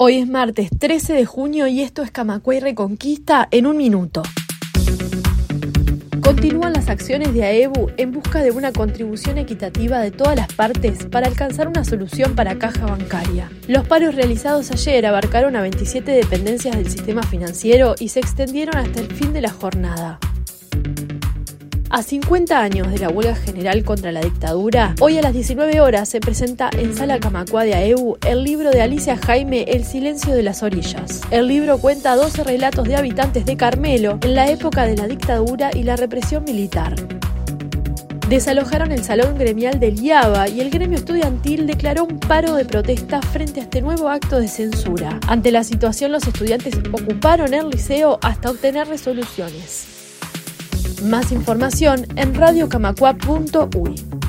Hoy es martes 13 de junio y esto es Camacuay Reconquista en un minuto. Continúan las acciones de AEBU en busca de una contribución equitativa de todas las partes para alcanzar una solución para caja bancaria. Los paros realizados ayer abarcaron a 27 dependencias del sistema financiero y se extendieron hasta el fin de la jornada. A 50 años de la huelga general contra la dictadura, hoy a las 19 horas se presenta en Sala Camacuá de AEBU el libro de Alicia Jaime, El silencio de las orillas. El libro cuenta 12 relatos de habitantes de Carmelo en la época de la dictadura y la represión militar. Desalojaron el salón gremial del IABA y el gremio estudiantil declaró un paro de protesta frente a este nuevo acto de censura. Ante la situación, los estudiantes ocuparon el liceo hasta obtener resoluciones. Más información en radiocamacua.uy.